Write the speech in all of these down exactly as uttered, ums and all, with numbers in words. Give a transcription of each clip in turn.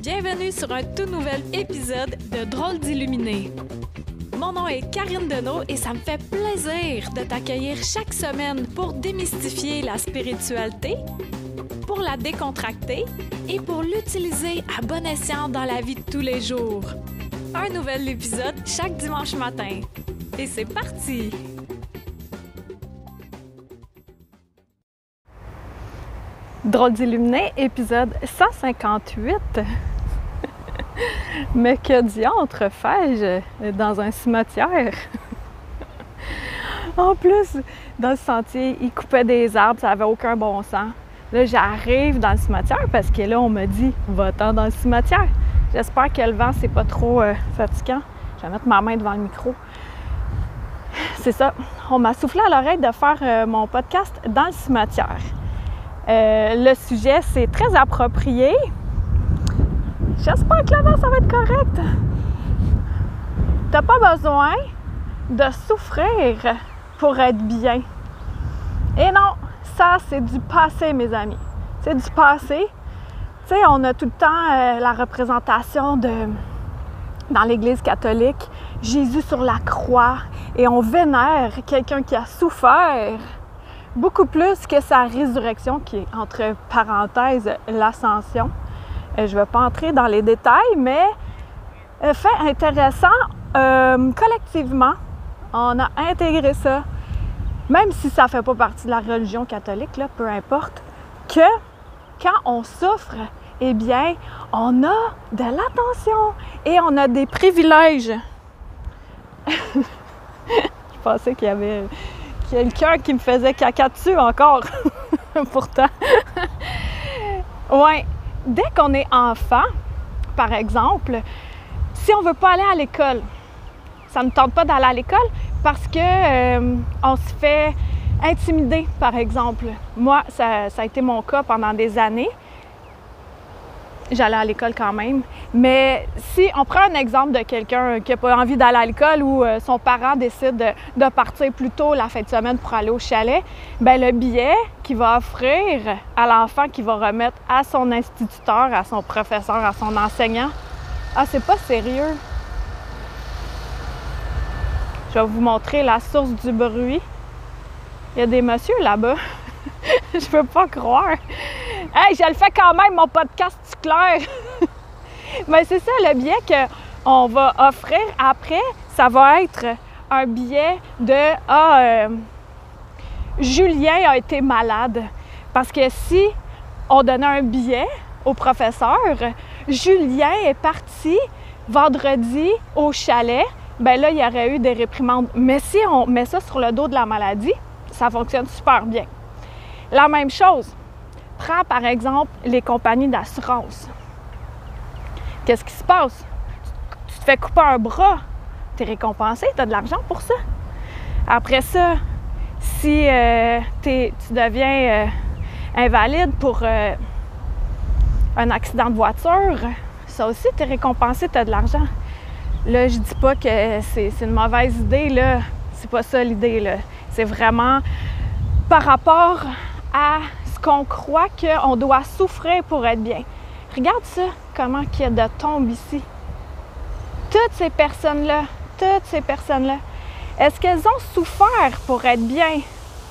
Bienvenue sur un tout nouvel épisode de Drôles d'Illuminés. Mon nom est Karine Deneau et ça me fait plaisir de t'accueillir chaque semaine pour démystifier la spiritualité, pour la décontracter et pour l'utiliser à bon escient dans la vie de tous les jours. Un nouvel épisode chaque dimanche matin. Et c'est parti! Drôles d'Illuminés, épisode cent cinquante-huit. Mais que diantre fais-je dans un cimetière? En plus, dans le sentier, ils coupaient des arbres, ça n'avait aucun bon sens. Là, j'arrive dans le cimetière parce que là, on m'a dit « Va-t'en dans le cimetière ». J'espère que le vent, c'est pas trop euh, fatigant. Je vais mettre ma main devant le micro. C'est ça, on m'a soufflé à l'oreille de faire euh, mon podcast dans le cimetière. Euh, le sujet, c'est très approprié. J'espère que le vent, ça va être correct. T'as pas besoin de souffrir pour être bien. Et non, ça, c'est du passé, mes amis. C'est du passé. Tu sais, on a tout le temps euh, la représentation de, dans l'Église catholique, Jésus sur la croix, et on vénère quelqu'un qui a souffert beaucoup plus que sa résurrection, qui est, entre parenthèses, l'ascension. Euh, je ne vais pas entrer dans les détails, mais euh, fait intéressant, euh, collectivement, on a intégré ça, même si ça ne fait pas partie de la religion catholique, là, peu importe, que quand on souffre, eh bien, on a de l'attention et on a des privilèges. Je pensais qu'il y avait quelqu'un qui me faisait caca dessus encore. Pourtant. Ouais. Dès qu'on est enfant, par exemple, si on ne veut pas aller à l'école, ça ne tente pas d'aller à l'école parce que euh, on se fait intimider, par exemple. Moi, ça, ça a été mon cas pendant des années. J'allais à l'école quand même. Mais si on prend un exemple de quelqu'un qui n'a pas envie d'aller à l'école ou euh, son parent décide de, de partir plus tôt la fin de semaine pour aller au chalet, bien le billet qu'il va offrir à l'enfant qu'il va remettre à son instituteur, à son professeur, à son enseignant, ah, c'est pas sérieux. Je vais vous montrer la source du bruit. Il y a des messieurs là-bas. Je peux pas croire. Hey, je le fais quand même, mon podcast, c'est clair. Mais c'est ça, le billet qu'on va offrir après, ça va être un billet de ah, euh, Julien a été malade. Parce que si on donnait un billet au professeur, Julien est parti vendredi au chalet, ben là, il y aurait eu des réprimandes. Mais si on met ça sur le dos de la maladie, ça fonctionne super bien. La même chose, prends par exemple les compagnies d'assurance. Qu'est-ce qui se passe? Tu te fais couper un bras, tu es récompensé, tu as de l'argent pour ça. Après ça, si euh, tu deviens euh, invalide pour euh, un accident de voiture, ça aussi, tu es récompensé, tu as de l'argent. Là, je dis pas que c'est une mauvaise idée, là. C'est pas ça l'idée, là. C'est vraiment par rapport à ce qu'on croit qu'on doit souffrir pour être bien. Regarde ça, comment il y a de tombes ici. Toutes ces personnes-là, toutes ces personnes-là, est-ce qu'elles ont souffert pour être bien?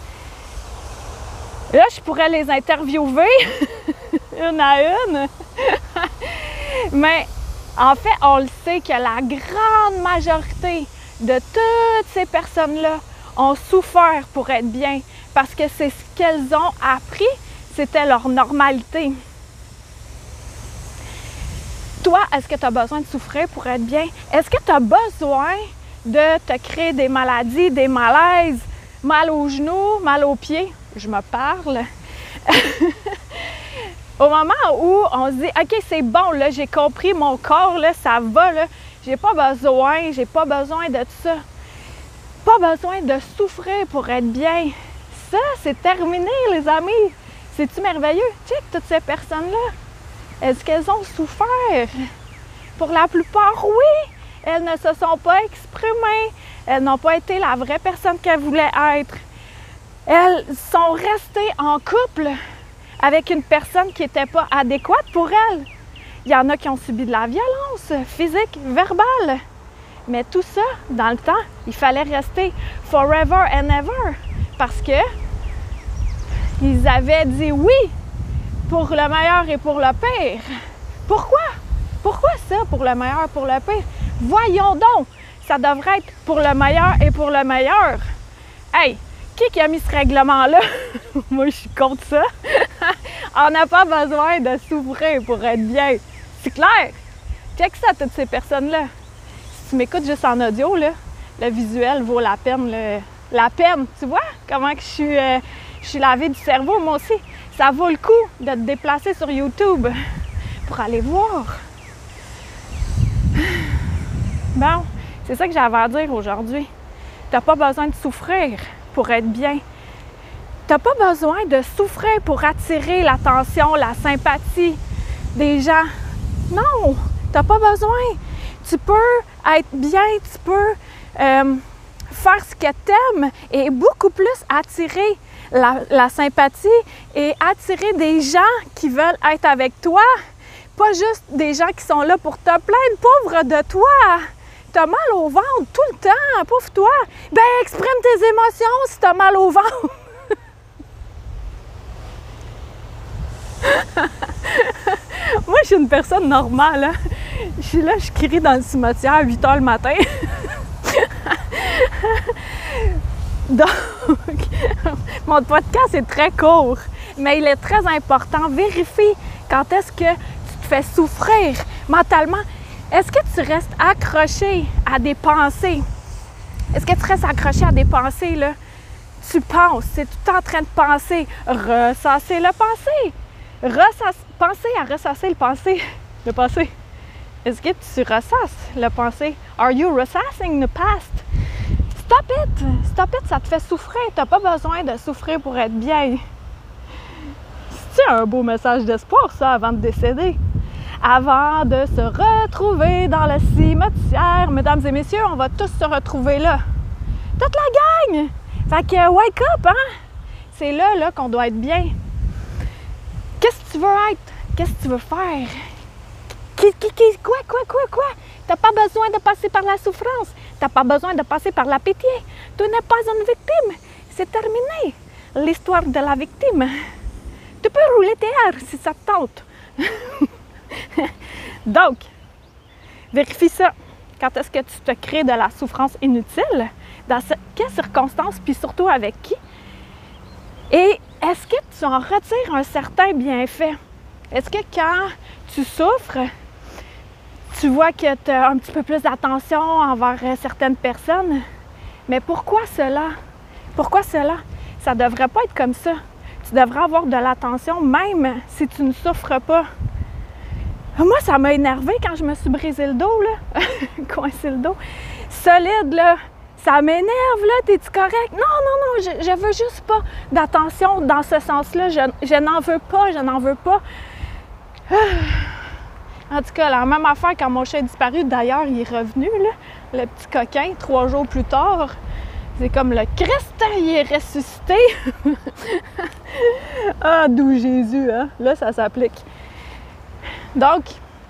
Là, je pourrais les interviewer une à une. Mais en fait, on le sait que la grande majorité de toutes ces personnes-là ont souffert pour être bien parce que c'est ce qu'elles ont appris, c'était leur normalité. Toi, est-ce que tu as besoin de souffrir pour être bien? Est-ce que tu as besoin de te créer des maladies, des malaises, mal aux genoux, mal aux pieds? Je me parle. Au moment où on se dit « OK, c'est bon, là, j'ai compris, mon corps, là, ça va, là, j'ai pas besoin, j'ai pas besoin de ça. » Pas besoin de souffrir pour être bien. Ça, c'est terminé, les amis. C'est-tu merveilleux? Check toutes ces personnes-là. Est-ce qu'elles ont souffert? Pour la plupart, oui. Elles ne se sont pas exprimées. Elles n'ont pas été la vraie personne qu'elles voulaient être. Elles sont restées en couple avec une personne qui n'était pas adéquate pour elles. Il y en a qui ont subi de la violence physique, verbale. Mais tout ça, dans le temps, il fallait rester forever and ever. Parce que ils avaient dit oui pour le meilleur et pour le pire. Pourquoi? Pourquoi ça, pour le meilleur et pour le pire? Voyons donc! Ça devrait être pour le meilleur et pour le meilleur. Hey! Qui qui a mis ce règlement-là? Moi, je suis contre ça. On n'a pas besoin de souffrir pour être bien. C'est clair? Check ça, toutes ces personnes-là. Si tu m'écoutes juste en audio, là, le visuel vaut la peine. Là. La peine, tu vois? Comment que je suis, euh, je suis lavée du cerveau, moi aussi. Ça vaut le coup de te déplacer sur YouTube pour aller voir. Bon, c'est ça que j'avais à dire aujourd'hui. T'as pas besoin de souffrir pour être bien. T'as pas besoin de souffrir pour attirer l'attention, la sympathie des gens. Non, t'as pas besoin. Tu peux être bien, tu peux euh, faire ce que t'aimes et beaucoup plus attirer la, la sympathie et attirer des gens qui veulent être avec toi. Pas juste des gens qui sont là pour te plaindre, pauvre de toi. T'as mal au ventre tout le temps, pauvre toi. Ben, exprime tes émotions si t'as mal au ventre. Moi, je suis une personne normale. Hein? Je suis là, je crie dans le cimetière à huit heures le matin. Donc, mon podcast est très court, mais il est très important. Vérifie quand est-ce que tu te fais souffrir mentalement. Est-ce que tu restes accroché à des pensées? Est-ce que tu restes accroché à des pensées, là? Tu penses, c'est tout en train de penser. Ressasser le passé. Ressasse, penser à ressasser le passé. Le passé. Est-ce que tu ressasses le passé? Are you ressassing the past? Stop it! Stop it, ça te fait souffrir. Tu n'as pas besoin de souffrir pour être bien. C'est un beau message d'espoir, ça, avant de décéder. Avant de se retrouver dans le cimetière. Mesdames et messieurs, on va tous se retrouver là. Toute la gang! Fait que wake up, hein? C'est là, là qu'on doit être bien. Qu'est-ce que tu veux être? Qu'est-ce que tu veux faire? Qui, qui, qui, quoi, quoi, quoi, quoi? T'as pas besoin de passer par la souffrance. T'as pas besoin de passer par la pitié. Tu n'es pas une victime. C'est terminé. L'histoire de la victime. Tu peux rouler tes airs si ça te tente. Donc, vérifie ça. Quand est-ce que tu te crées de la souffrance inutile? Dans quelles circonstances, puis surtout avec qui? Et est-ce que tu en retires un certain bienfait? Est-ce que quand tu souffres, tu vois que tu as un petit peu plus d'attention envers certaines personnes? Mais pourquoi cela? Pourquoi cela? Ça ne devrait pas être comme ça. Tu devrais avoir de l'attention même si tu ne souffres pas. Moi, ça m'a énervée quand je me suis brisé le dos, là. Coincé le dos. Solide, là. Ça m'énerve, là. T'es-tu correct? Non, non, non, je, je veux juste pas d'attention dans ce sens-là. Je, je n'en veux pas, je n'en veux pas. En tout cas, la même affaire quand mon chat a disparu. D'ailleurs, il est revenu, là. Le petit coquin, trois jours plus tard. C'est comme le Christ, il est ressuscité. Ah, d'où Jésus, hein? Là, ça s'applique. Donc,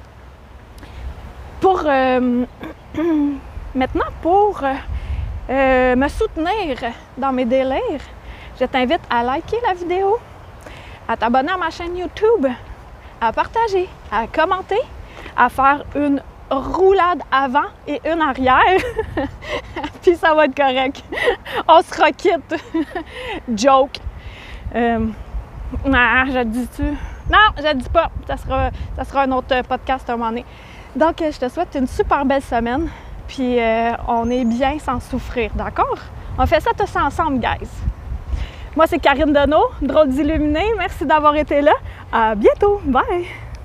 pour euh, maintenant, pour euh, me soutenir dans mes délires, je t'invite à liker la vidéo, à t'abonner à ma chaîne YouTube, à partager, à commenter, à faire une roulade avant et une arrière. Puis ça va être correct. On se requitte. Joke. Euh, ah, je te dis-tu? Non, je ne dis pas. Ça sera, ça sera un autre podcast à un moment donné. Donc, je te souhaite une super belle semaine. Puis, euh, on est bien sans souffrir, d'accord? On fait ça tous ensemble, guys. Moi, c'est Karine Deneau, drôle d'illuminée. Merci d'avoir été là. À bientôt. Bye!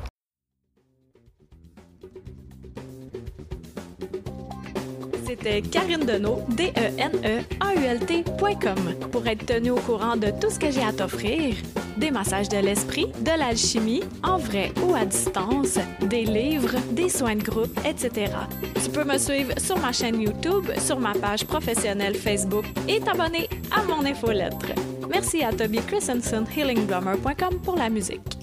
C'était Karine Deneau, D E N E A U L T point com. Pour être tenu au courant de tout ce que j'ai à t'offrir, des massages de l'esprit, de l'alchimie, en vrai ou à distance, des livres, des soins de groupe, et cetera. Tu peux me suivre sur ma chaîne YouTube, sur ma page professionnelle Facebook et t'abonner à mon infolettre. Merci à Toby Christensen, healing drummer point com pour la musique.